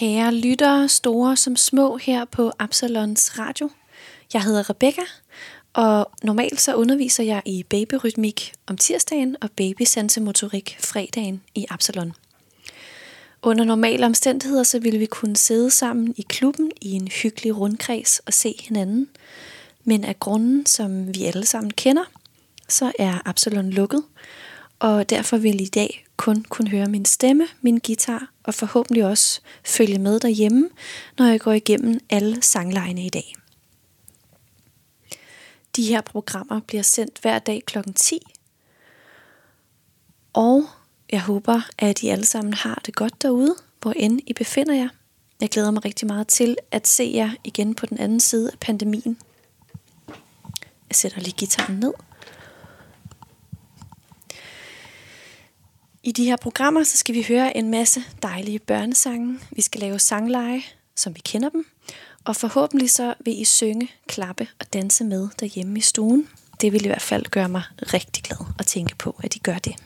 Kære lyttere, store som små her på Absalons Radio. Jeg hedder Rebecca, og normalt så underviser jeg i babyrytmik om tirsdagen og babysansemotorik fredagen i Absalon. Under normale omstændigheder så ville vi kunne sidde sammen i klubben i en hyggelig rundkreds og se hinanden. Men af grunden, som vi alle sammen kender, så er Absalon lukket, og derfor vil I i dag kun kunne høre min stemme, min guitar og forhåbentlig også følge med derhjemme, når jeg går igennem alle sanglejene i dag. De her programmer bliver sendt hver dag kl. 10, og jeg håber, at I alle sammen har det godt derude, hvor end I befinder jer. Jeg glæder mig rigtig meget til at se jer igen på den anden side af pandemien. Jeg sætter lige guitaren ned. I de her programmer så skal vi høre en masse dejlige børnesange. Vi skal lave sangleje, som vi kender dem. Og forhåbentlig så vil I synge, klappe og danse med derhjemme i stuen. Det vil i hvert fald gøre mig rigtig glad at tænke på, at I gør det.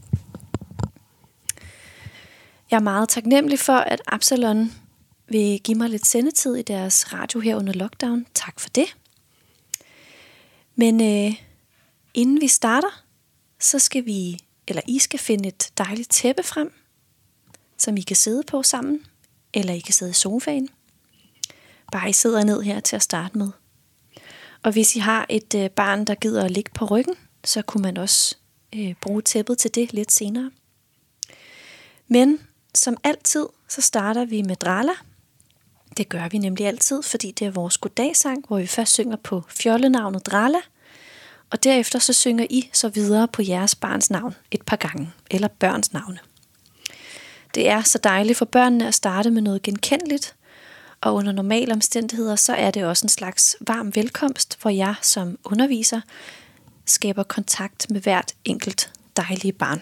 Jeg er meget taknemmelig for, at Absalon vil give mig lidt sendetid i deres radio her under lockdown. Tak for det. Men inden vi starter, så skal I skal finde et dejligt tæppe frem, som I kan sidde på sammen, eller I kan sidde i sofaen. Bare I sidder ned her til at starte med. Og hvis I har et barn, der gider at ligge på ryggen, så kunne man også bruge tæppet til det lidt senere. Men som altid, så starter vi med Drala. Det gør vi nemlig altid, fordi det er vores goddagsang, hvor vi først synger på fjollenavnet Drala, og derefter så synger I så videre på jeres barns navn et par gange, eller børns navne. Det er så dejligt for børnene at starte med noget genkendeligt, og under normale omstændigheder, så er det også en slags varm velkomst, hvor jeg som underviser skaber kontakt med hvert enkelt dejlige barn.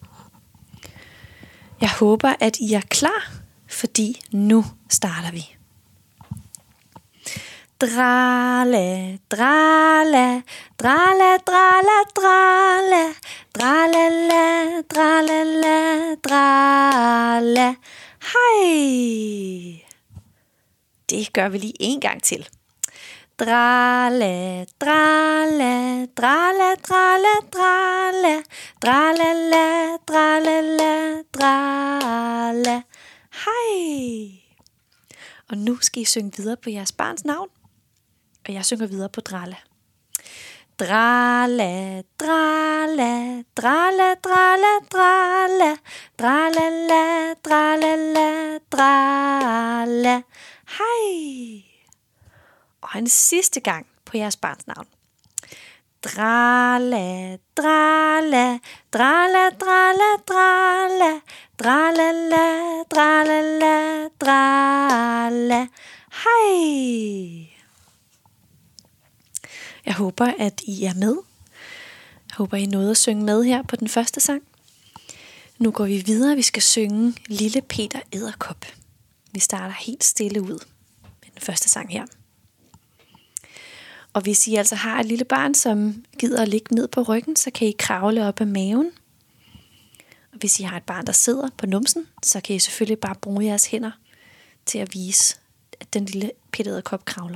Jeg håber, at I er klar, fordi nu starter vi. Drala, drala, drala, drala, drala, dralala, dralala, drala. Hej! Det gør vi lige en gang til. Drala, drala, drala, drala, drala, dralala, dralala, drala. Hej! Og nu skal I synge videre på jeres barns navn. Og jeg synger videre på Drala. Drala, drala, drala, drala, drala, dralala, dralala, drala. Hej! Og en sidste gang på jeres barns navn. Drala, drala, drala, drala, drala, dralala, dralala, drala. Hej! Jeg håber, at I er med. Jeg håber, I nåede at synge med her på den første sang. Nu går vi videre. Vi skal synge Lille Peter Edderkop. Vi starter helt stille ud med den første sang her. Og hvis I altså har et lille barn, som gider at ligge ned på ryggen, så kan I kravle op af maven. Og hvis I har et barn, der sidder på numsen, så kan I selvfølgelig bare bruge jeres hænder til at vise, at den lille Peter Edderkop kravler.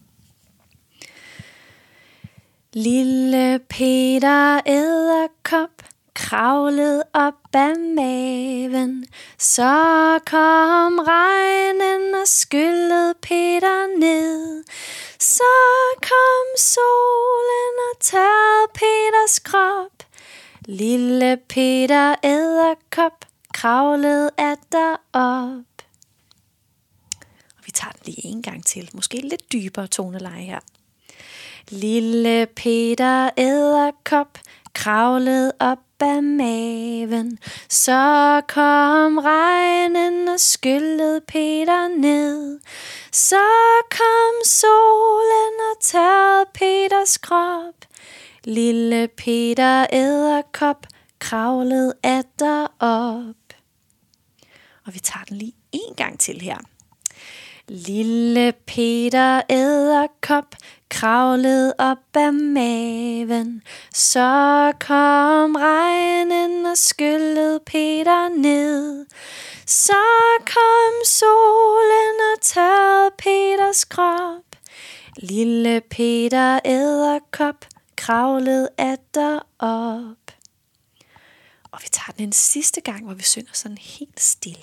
Lille Peter Edderkop kravlede op af maven, så kom regnen og skyllede Peter ned. Så kom solen og tørrede Peters krop. Lille Peter Edderkop kravlede atter op. Og vi tager den lige en gang til, måske lidt dybere toneleje her. Lille Peter Edderkop kravlede op af maven, så kom regnen og skyllede Peter ned. Så kom solen og tørrede Peters krop. Lille Peter Edderkop kravlede atter op. Og vi tager den lige en gang til her. Lille Peter Edderkop kravlede op ad maven. Så kom regnen og skyllede Peter ned. Så kom solen og tørrede Peters krop. Lille Peter Edderkop kravlede atter op. Og vi tager den en sidste gang, hvor vi synger sådan helt stille.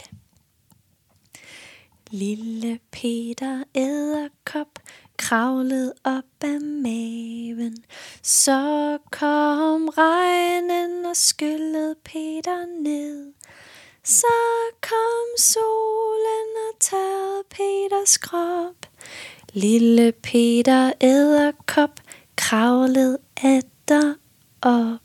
Lille Peter Edderkop kravlede op ad maven. Så kom regnen og skyllede Peter ned. Så kom solen og tørrede Peters krop. Lille Peter Edderkop kravlede atter op.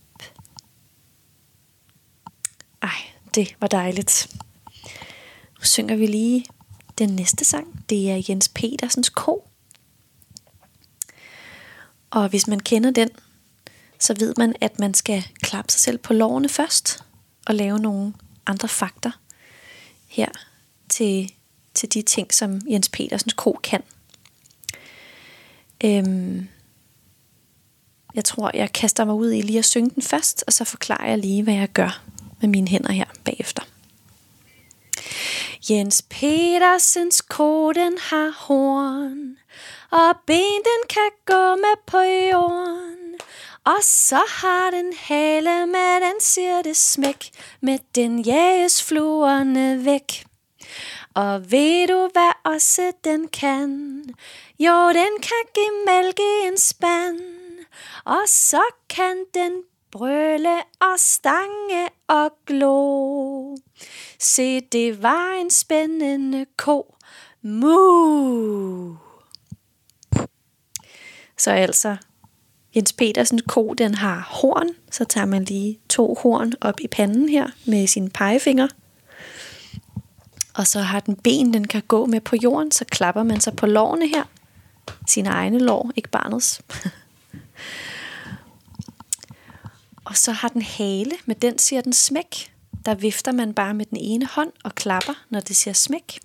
Ej, det var dejligt. Nu synger vi lige den næste sang. Det er Jens Petersens Ko. Og hvis man kender den, så ved man, at man skal klappe sig selv på lårene først og lave nogle andre fakter her til de ting, som Jens Petersens Ko kan. Jeg tror, jeg kaster mig ud i lige at synge den først, og så forklarer jeg lige, hvad jeg gør med mine hænder her bagefter. Jens Petersens ko, den har horn, og ben, den kan gå med på jorden. Og så har den hale med, den siger det smæk, med den jages fluerne væk. Og ved du, hvad også den kan? Jo, den kan give mælk i en spand. Og så kan den brøle og stange og glo. Se, det var en spændende ko. Mu! Så altså, Jens Petersens ko, den har horn. Så tager man lige 2 horn op i panden her med sine pegefinger. Og så har den ben, den kan gå med på jorden. Så klapper man sig på lårene her. Sine egne lår, ikke barnets. Og så har den hale, med den siger den smæk. Der vifter man bare med den ene hånd og klapper, når det siger smæk.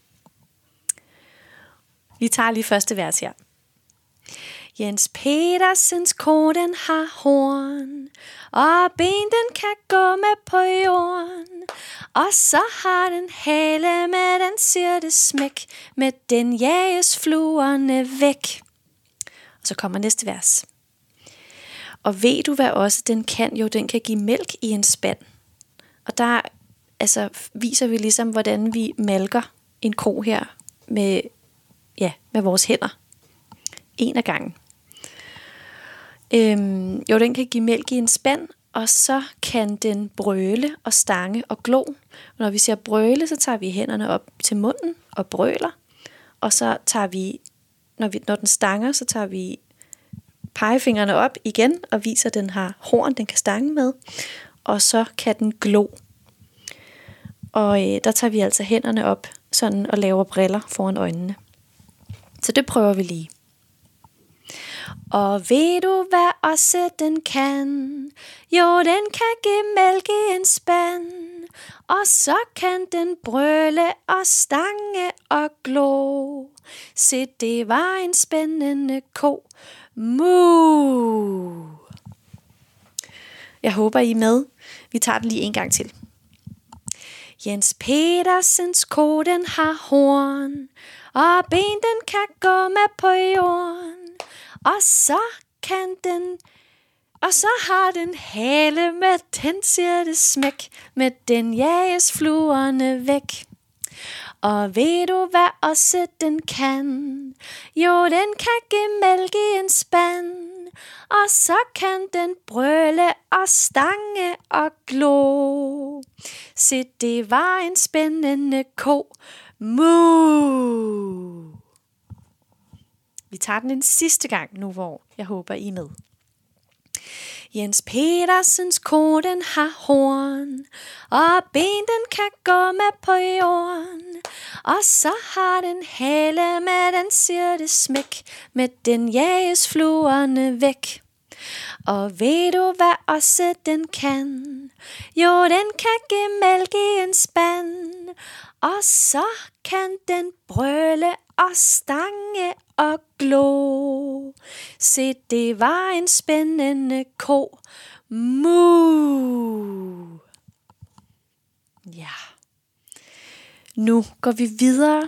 Vi tager lige første vers her. Jens Petersens ko, den har horn, og ben, den kan gå med på jorden. Og så har den hale med, den siger det smæk, med den jages fluerne væk. Og så kommer næste vers. Og ved du, hvad også den kan? Jo, den kan give mælk i en spand. Og der viser vi ligesom, hvordan vi malker en ko her med vores hænder. En af gangen. Jo, den kan give mælk i en spand, og så kan den brøle og stange og glo. Når vi siger brøle, så tager vi hænderne op til munden og brøler. Og så tager vi, når den stanger, så tager vi pegefingrene op igen og viser, at den har horn, den kan stange med. Og så kan den glo. Og der tager vi altså hænderne op sådan og laver briller foran øjnene. Så det prøver vi lige. Og ved du, hvad også den kan? Jo, den kan give mælk i en spand. Og så kan den brøle og stange og glo. Se, det var en spændende ko. Mu! Jeg håber, I er med. Vi tager den lige en gang til. Jens Petersens ko, den har horn, og ben, den kan gå med på jorden. Og så har den hale med, den siger det smæk, med den jages fluerne væk. Og ved du, hvad også den kan? Jo, den kan give mælk i en spand. Og så kan den brøle og stange og glo. Se, det var en spændende ko. Mu! Vi tager den en sidste gang nu, hvor jeg håber, I er med. Jens Petersens ko, den har horn, og ben, den kan gå med på jorden. Og så har den hale med, den siger det smæk, med den jages fluerne væk. Og ved du, hvad også den kan? Jo, den kan give mælk i en spand. Og så kan den brøle og stange og glo. Se, det var en spændende ko. Mu. Ja. Nu går vi videre,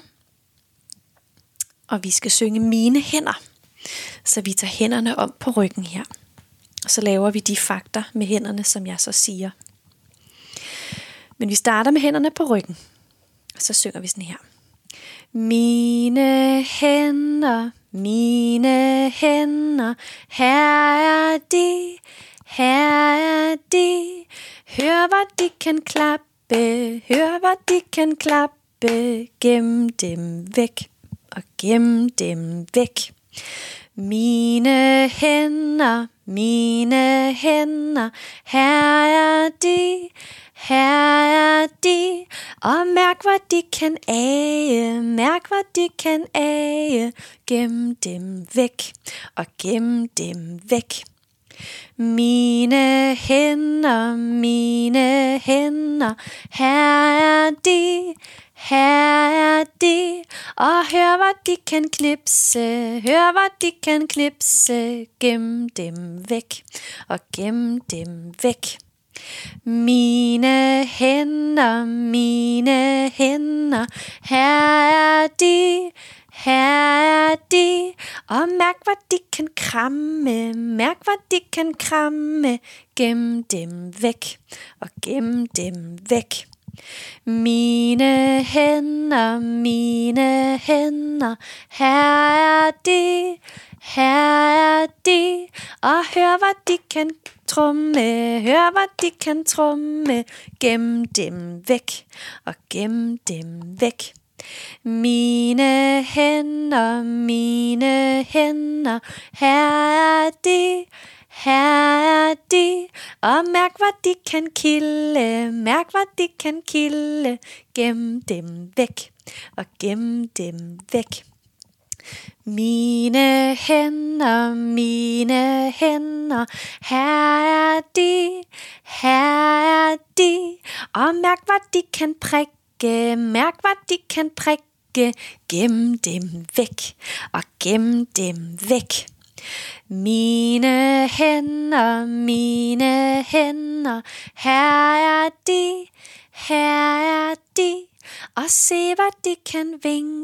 og vi skal synge Mine hænder. Så vi tager hænderne om på ryggen her. Og så laver vi de fakter med hænderne, som jeg så siger. Men vi starter med hænderne på ryggen. Og så synger vi sådan her. Mine hænder, her er de. Hør, hvor de kan klappe, gem dem væk, og gem dem væk. Mine hænder, her er de, og mærk, hvor de kan age, gem dem væk, og gem dem væk. Mine hænder, her er de, og hør, hvor de kan knipse, gem dem væk, og gem dem væk. Mine hænder, her er de, og mærk, hvor de kan kramme, gem dem væk, og gem dem væk. Mine hænder, her er de, og hør, hvor de kan trumme, gem dem væk, og gem dem væk. Mine hænder, her er de, og mærk, hvor de kan kilde, gem dem væk, og gem dem væk. Mine hænder, her er de, og mærk, hvor de kan prikke, gem dem væk, og gem dem væk. Mine hænder, her er de, og se, hvor de kan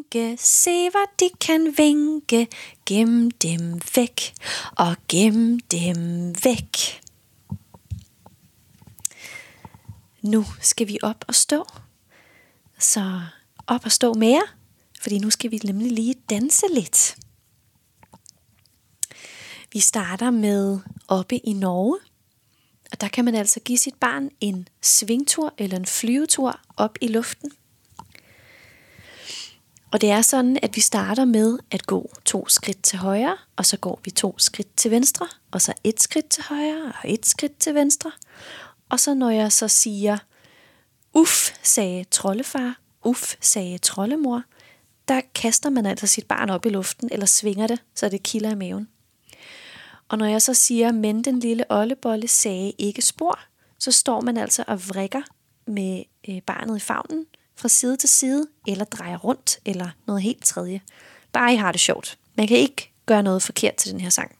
vinke, gem dem væk, og gem dem væk. Nu skal vi op og stå. Så op og stå med jer, fordi nu skal vi nemlig lige danse lidt. Vi starter med oppe i Norge, og der kan man altså give sit barn en svingtur eller en flyvetur op i luften. Og det er sådan, at vi starter med at gå 2 skridt til højre, og så går vi 2 skridt til venstre, og så 1 skridt til højre og 1 skridt til venstre. Og så når jeg så siger, uff, sagde troldefar, uff, sagde troldemor, der kaster man altså sit barn op i luften, eller svinger det, så det kilder i maven. Og når jeg så siger, men den lille oldebolle sagde ikke spor, så står man altså og vrikker med barnet i favnen fra side til side, eller drejer rundt, eller noget helt tredje. Bare I har det sjovt. Man kan ikke gøre noget forkert til den her sang.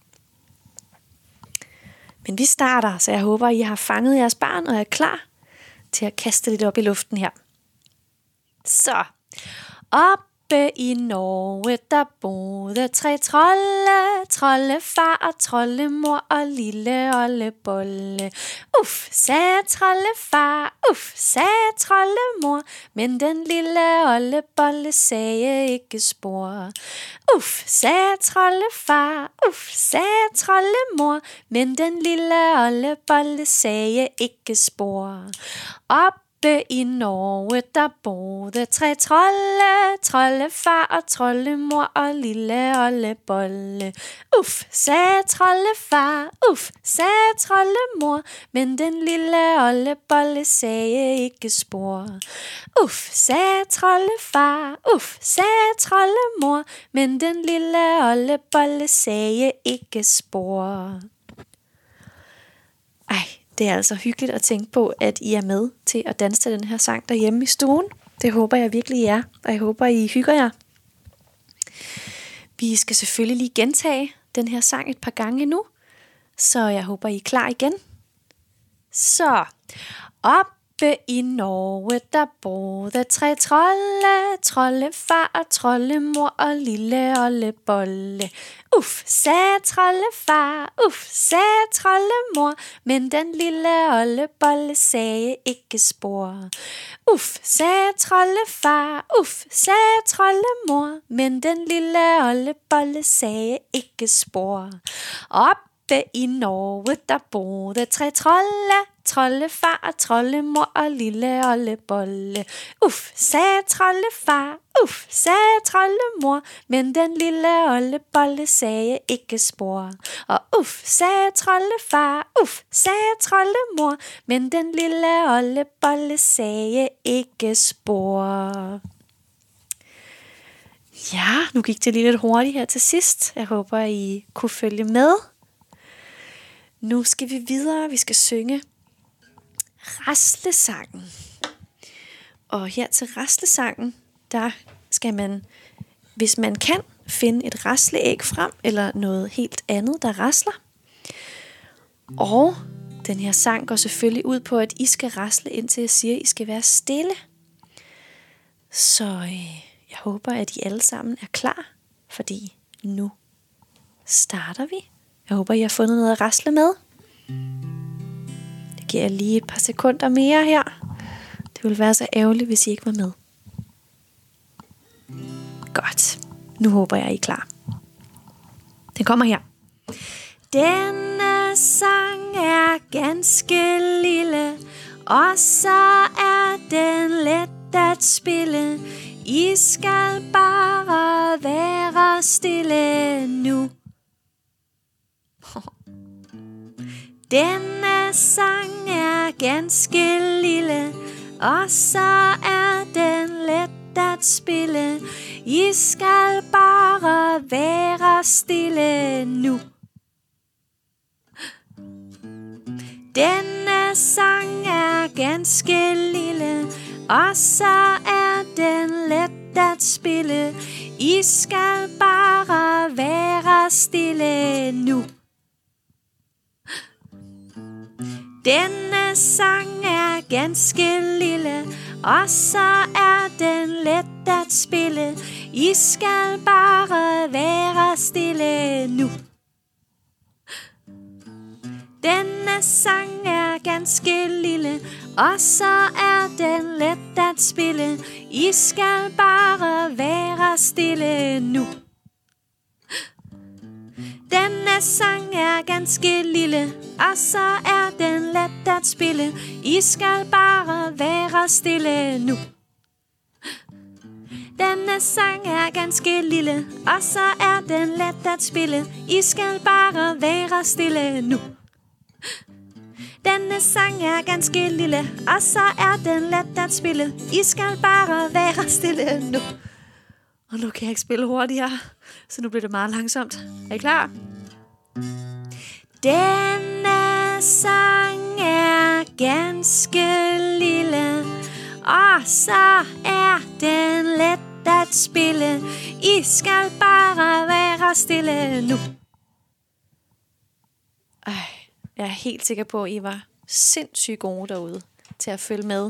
Men vi starter, så jeg håber, I har fanget jeres barn og er klar til at kaste lidt op i luften her. Så, oppe i Norge, der boede 3 trolde, troldefar og troldemor og lille oldebolle. Uff, sagde troldefar, uff, sagde troldemor, men den lille oldebolle sagde ikke spor. Uff, sagde troldefar, uff, sagde troldemor, men den lille oldebolle sagde ikke spor. Oppe i Norge, der boede 3 trolde, troldefar og troldemor og lille oldebolle. Uff, sagde troldefar, uff, sagde troldemor, men den lille oldebolle sagde ikke spor. Uff, sagde troldefar, uff, sagde troldemor, men den lille oldebolle sagde ikke spor. Ej, det er altså hyggeligt at tænke på, at I er med til at danse til den her sang derhjemme i stuen. Det håber jeg virkelig I er, og jeg håber I hygger jer. Vi skal selvfølgelig lige gentage den her sang et par gange endnu, så jeg håber, I er klar igen. Så, oppe i Norge, der boede 3 trolde, troldefar og trollemor og lille oldebolle. Uff, sagde troldefar, uff, sagde trollemor, men den lille oldebolle sagde ikke spor. Uff, sagde troldefar, uff, sagde trollemor, men den lille oldebolle sagde ikke spor. Oppe i Norge, der boede 3 trolde, troldefar og trollemor og lille oldebolle. Uff, sagde troldefar, uff, sagde trollemor, men den lille oldebolle sagde ikke spor. Og uff, sagde troldefar, uff, sagde trollemor, men den lille oldebolle sagde ikke spor. Ja, nu gik det lige lidt hurtigt her til sidst. Jeg håber, I kunne følge med. Nu skal vi videre. Vi skal synge raslesangen. Og her til raslesangen, der skal man, hvis man kan, finde et rasleæg frem, eller noget helt andet, der rasler. Og den her sang går selvfølgelig ud på, at I skal rasle, indtil jeg siger, at I skal være stille. Så jeg håber, at I alle sammen er klar, fordi nu starter vi. Jeg håber, I har fundet noget at rasle med. Det giver jeg lige et par sekunder mere her. Det ville være så ærgerligt, hvis I ikke var med. Godt. Nu håber jeg, I er klar. Den kommer her. Denne sang er ganske lille, og så er den let at spille. I skal bare være stille nu. Denne sang er ganske lille, og så er den let at spille. I skal bare være stille nu. Denne sang er ganske lille, og så er den let at spille. I skal bare være stille nu. Denne sang er ganske lille, og så er den let at spille. I skal bare være stille nu. Denne sang er ganske lille, og så er den let at spille. I skal bare være stille nu. Denne sang er ganske lille, og så er den let at spille. I skal bare være stille nu. Denne sang er ganske lille, og så er den let at spille. I skal bare være stille nu. Denne sang er ganske lille, og så er den let at spille. I skal bare være stille nu. Og nu kan jeg ikke spille hurtigere, så nu bliver det meget langsomt. Er I klar? Denne sang er ganske lille, og så er den let at spille. I skal bare være stille nu. Jeg er helt sikker på, at I var sindssygt gode derude til at følge med.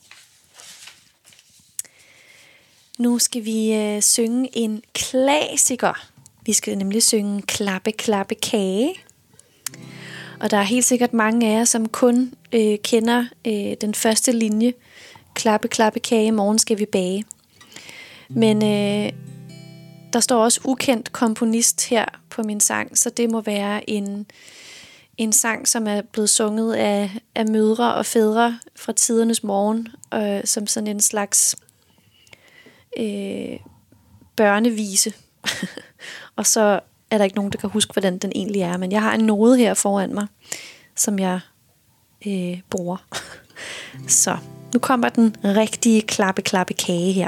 Nu skal vi synge en klassiker. Vi skal nemlig synge Klappe, klappe, kage. Og der er helt sikkert mange af jer, som kun kender den første linje. Klappe, klappe, kage, morgen skal vi bage. Men der står også ukendt komponist her på min sang, så det må være en sang, som er blevet sunget af mødre og fædre fra tidernes morgen, som sådan en slags børnevise. Og så er der ikke nogen, der kan huske, hvordan den egentlig er. Men jeg har en node her foran mig, som jeg bruger. Så nu kommer den rigtige klappe, klappe, kage her.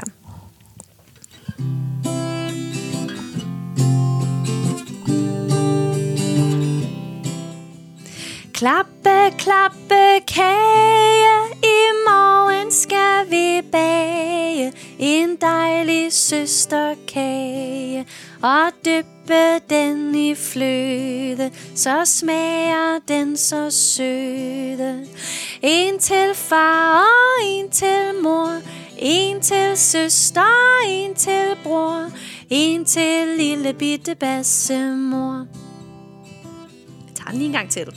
Klappe, klappe, kage, i morgen skal vi bage. en dejlig søsterkage, og dyppe den i fløde, så smager den så søde. En til far og en til mor, en til søster, en til bror, en til lille bitte bassemor. Jeg tager den lige en gang til.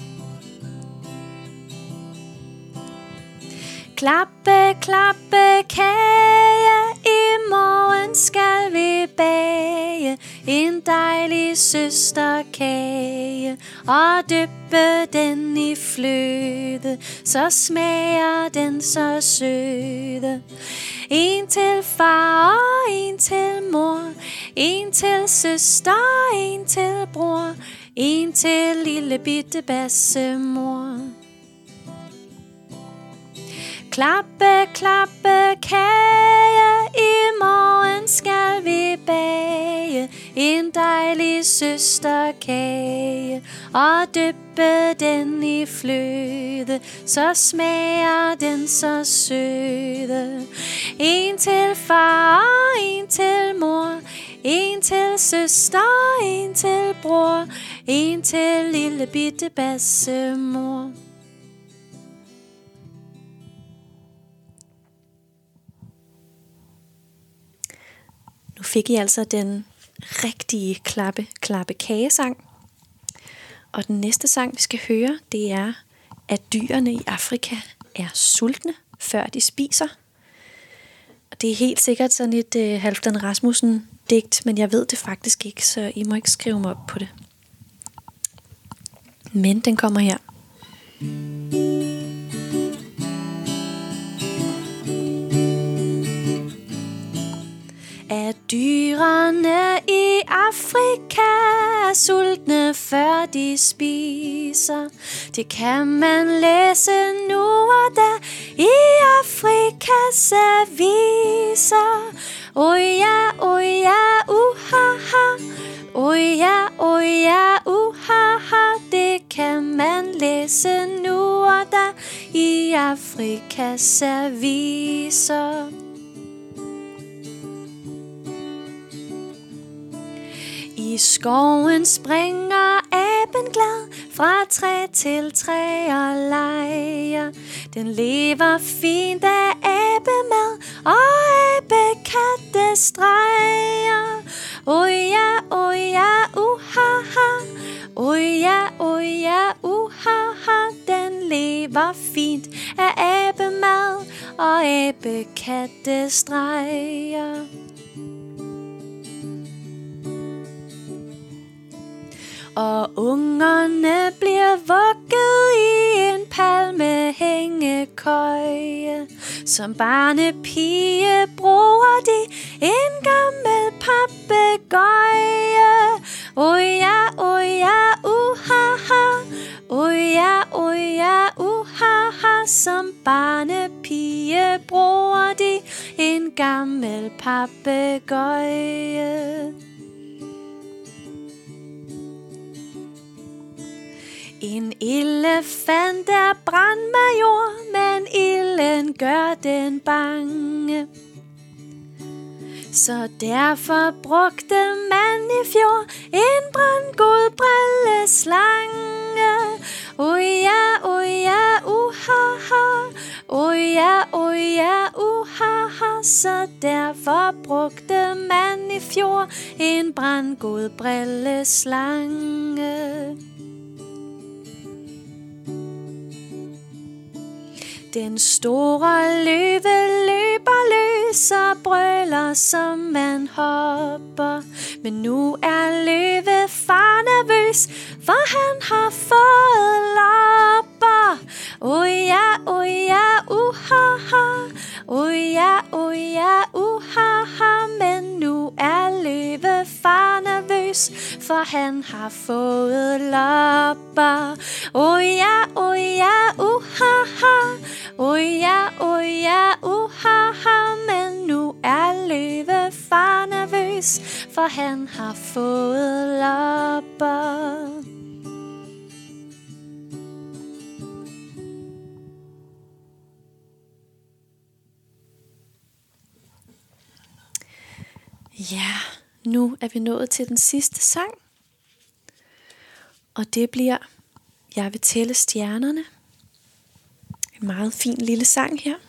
Klappe, klappe, kage, i morgen skal vi bage en dejlig søsterkage, og dyppe den i fløde, så smager den så søde. En til far og en til mor, en til søster, en til bror, en til lille bitte bassemor. Klappe, klappe, kage, i morgen skal vi bage en dejlig søsterkage, og dyppe den i fløde, så smager den så søde. En til far og en til mor, en til søster, en til bror, en til lille bitte bassemor. Nu fik I altså den rigtige klappe kagesang. Og den næste sang, vi skal høre, det er, at dyrene i Afrika er sultne, før de spiser. Og det er helt sikkert sådan et Halfdan Rasmussen-digt, men jeg ved det faktisk ikke, så I må ikke skrive mig op på det. Men den kommer her. At dyrene i Afrika er sultne, før de spiser. Det kan man læse nu og da i Afrikas aviser. Oh ja, uhaha. Oh ja, uhaha. Det kan man læse nu og da i Afrikas aviser. I skoven springer aben glad fra træ til træ og leger. Den lever fint af abemad og abekatte streger. Oh ja, uhaha. Oh ja, uhaha. Den lever fint af abemad og abekatte streger. Og ungerne bliver vugget i en palmehængekøje. Som barnepige bruger de en gammel papegøje. Oh ja, uhaha. Oh ja, uhaha. Som barnepige bruger de en gammel papegøje. En elefant er brandmajor, men ilden gør den bange. Så derfor brugte man i fjor en brandgod brilleslange. Oh ja, uhaha. Oh ja, uhaha. Så derfor brugte man i fjor en brandgod brilleslange. Den store løve løber løs og brøler, som man hopper. Men nu er løvefar nervøs, for han har fået lopper. Oh ja, uhaha. Oh ja, uhaha. Men nu er løvefar nervøs, for han har fået lopper. Oh ja, uhaha. Oh ja, uhaha. Men nu er løvefar nervøs, for han har fået lopper. nu er vi nået til den sidste sang. Og det bliver Jeg vil tælle stjernerne. En meget fin lille sang her.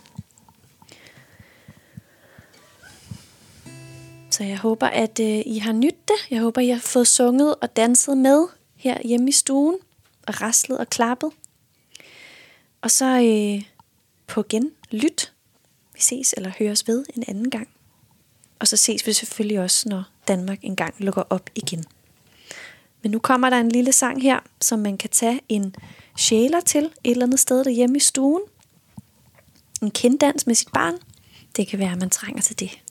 Så jeg håber, at I har nydt det. Jeg håber, I har fået sunget og danset med her hjemme i stuen. Og raslet og klappet. Og så på lyt. Vi ses eller høres ved en anden gang. Og så ses vi selvfølgelig også, når Danmark engang lukker op igen. Men nu kommer der en lille sang her, som man kan tage en sjæler til et eller andet sted derhjemme i stuen. En kinddans med sit barn. Det kan være, at man trænger til det.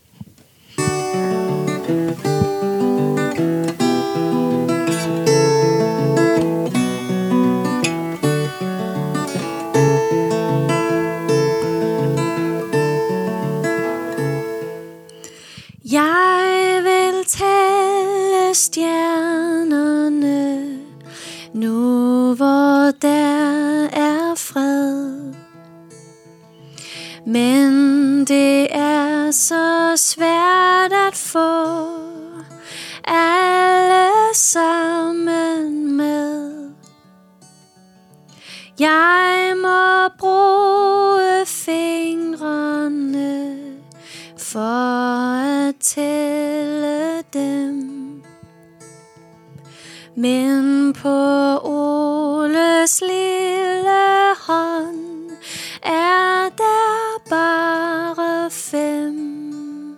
Jeg vil tælle stjernerne, nu hvor der er fred. Men det er så svært at få alle sammen med. Jeg må bruge fingrene for at tælle dem. Men på Oles lille hånd er der bare 5.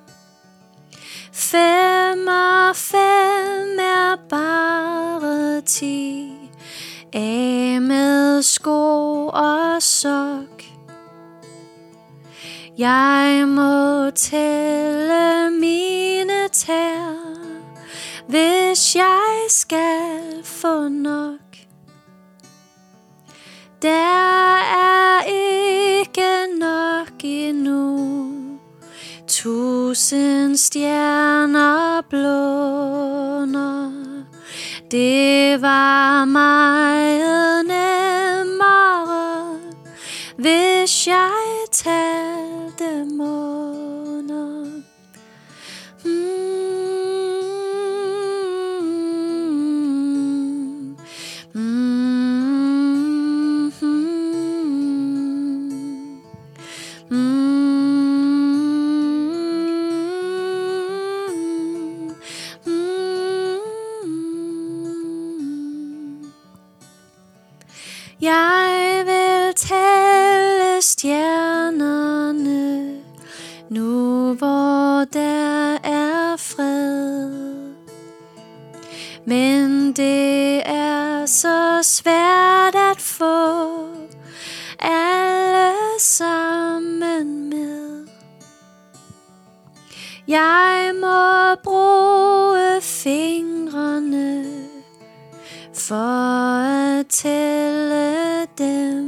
5 og 5 er bare 10. Af med sko og sok. Jeg må tælle mine tær, hvis jeg skal få nok. Der er ikke nok endnu. 1000 stjerner blåner. Det var meget nemmere, hvis jeg talte måner. Jeg vil tælle stjernerne, nu hvor der er fred. Men det er så svært at få alle sammen med. Jeg må bruge fingrene for at tælle dem.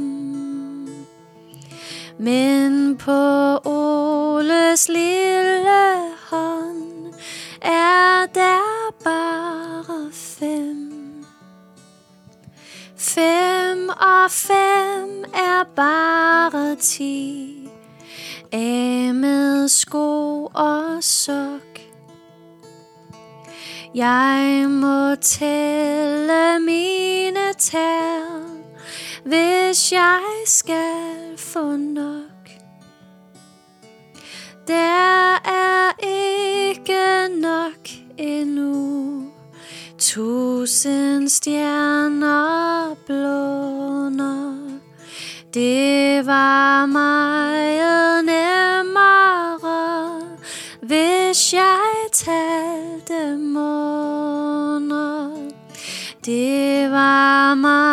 Men på Oles lille hånd er der bare 5. 5 og 5 er bare 10. Af med sko og sok. Jeg må tælle mine tær, hvis jeg skal få nok. Der er ikke nok endnu. 1000 stjerner blåner. Det var meget nemmere, hvis jeg talte måner. Det var meget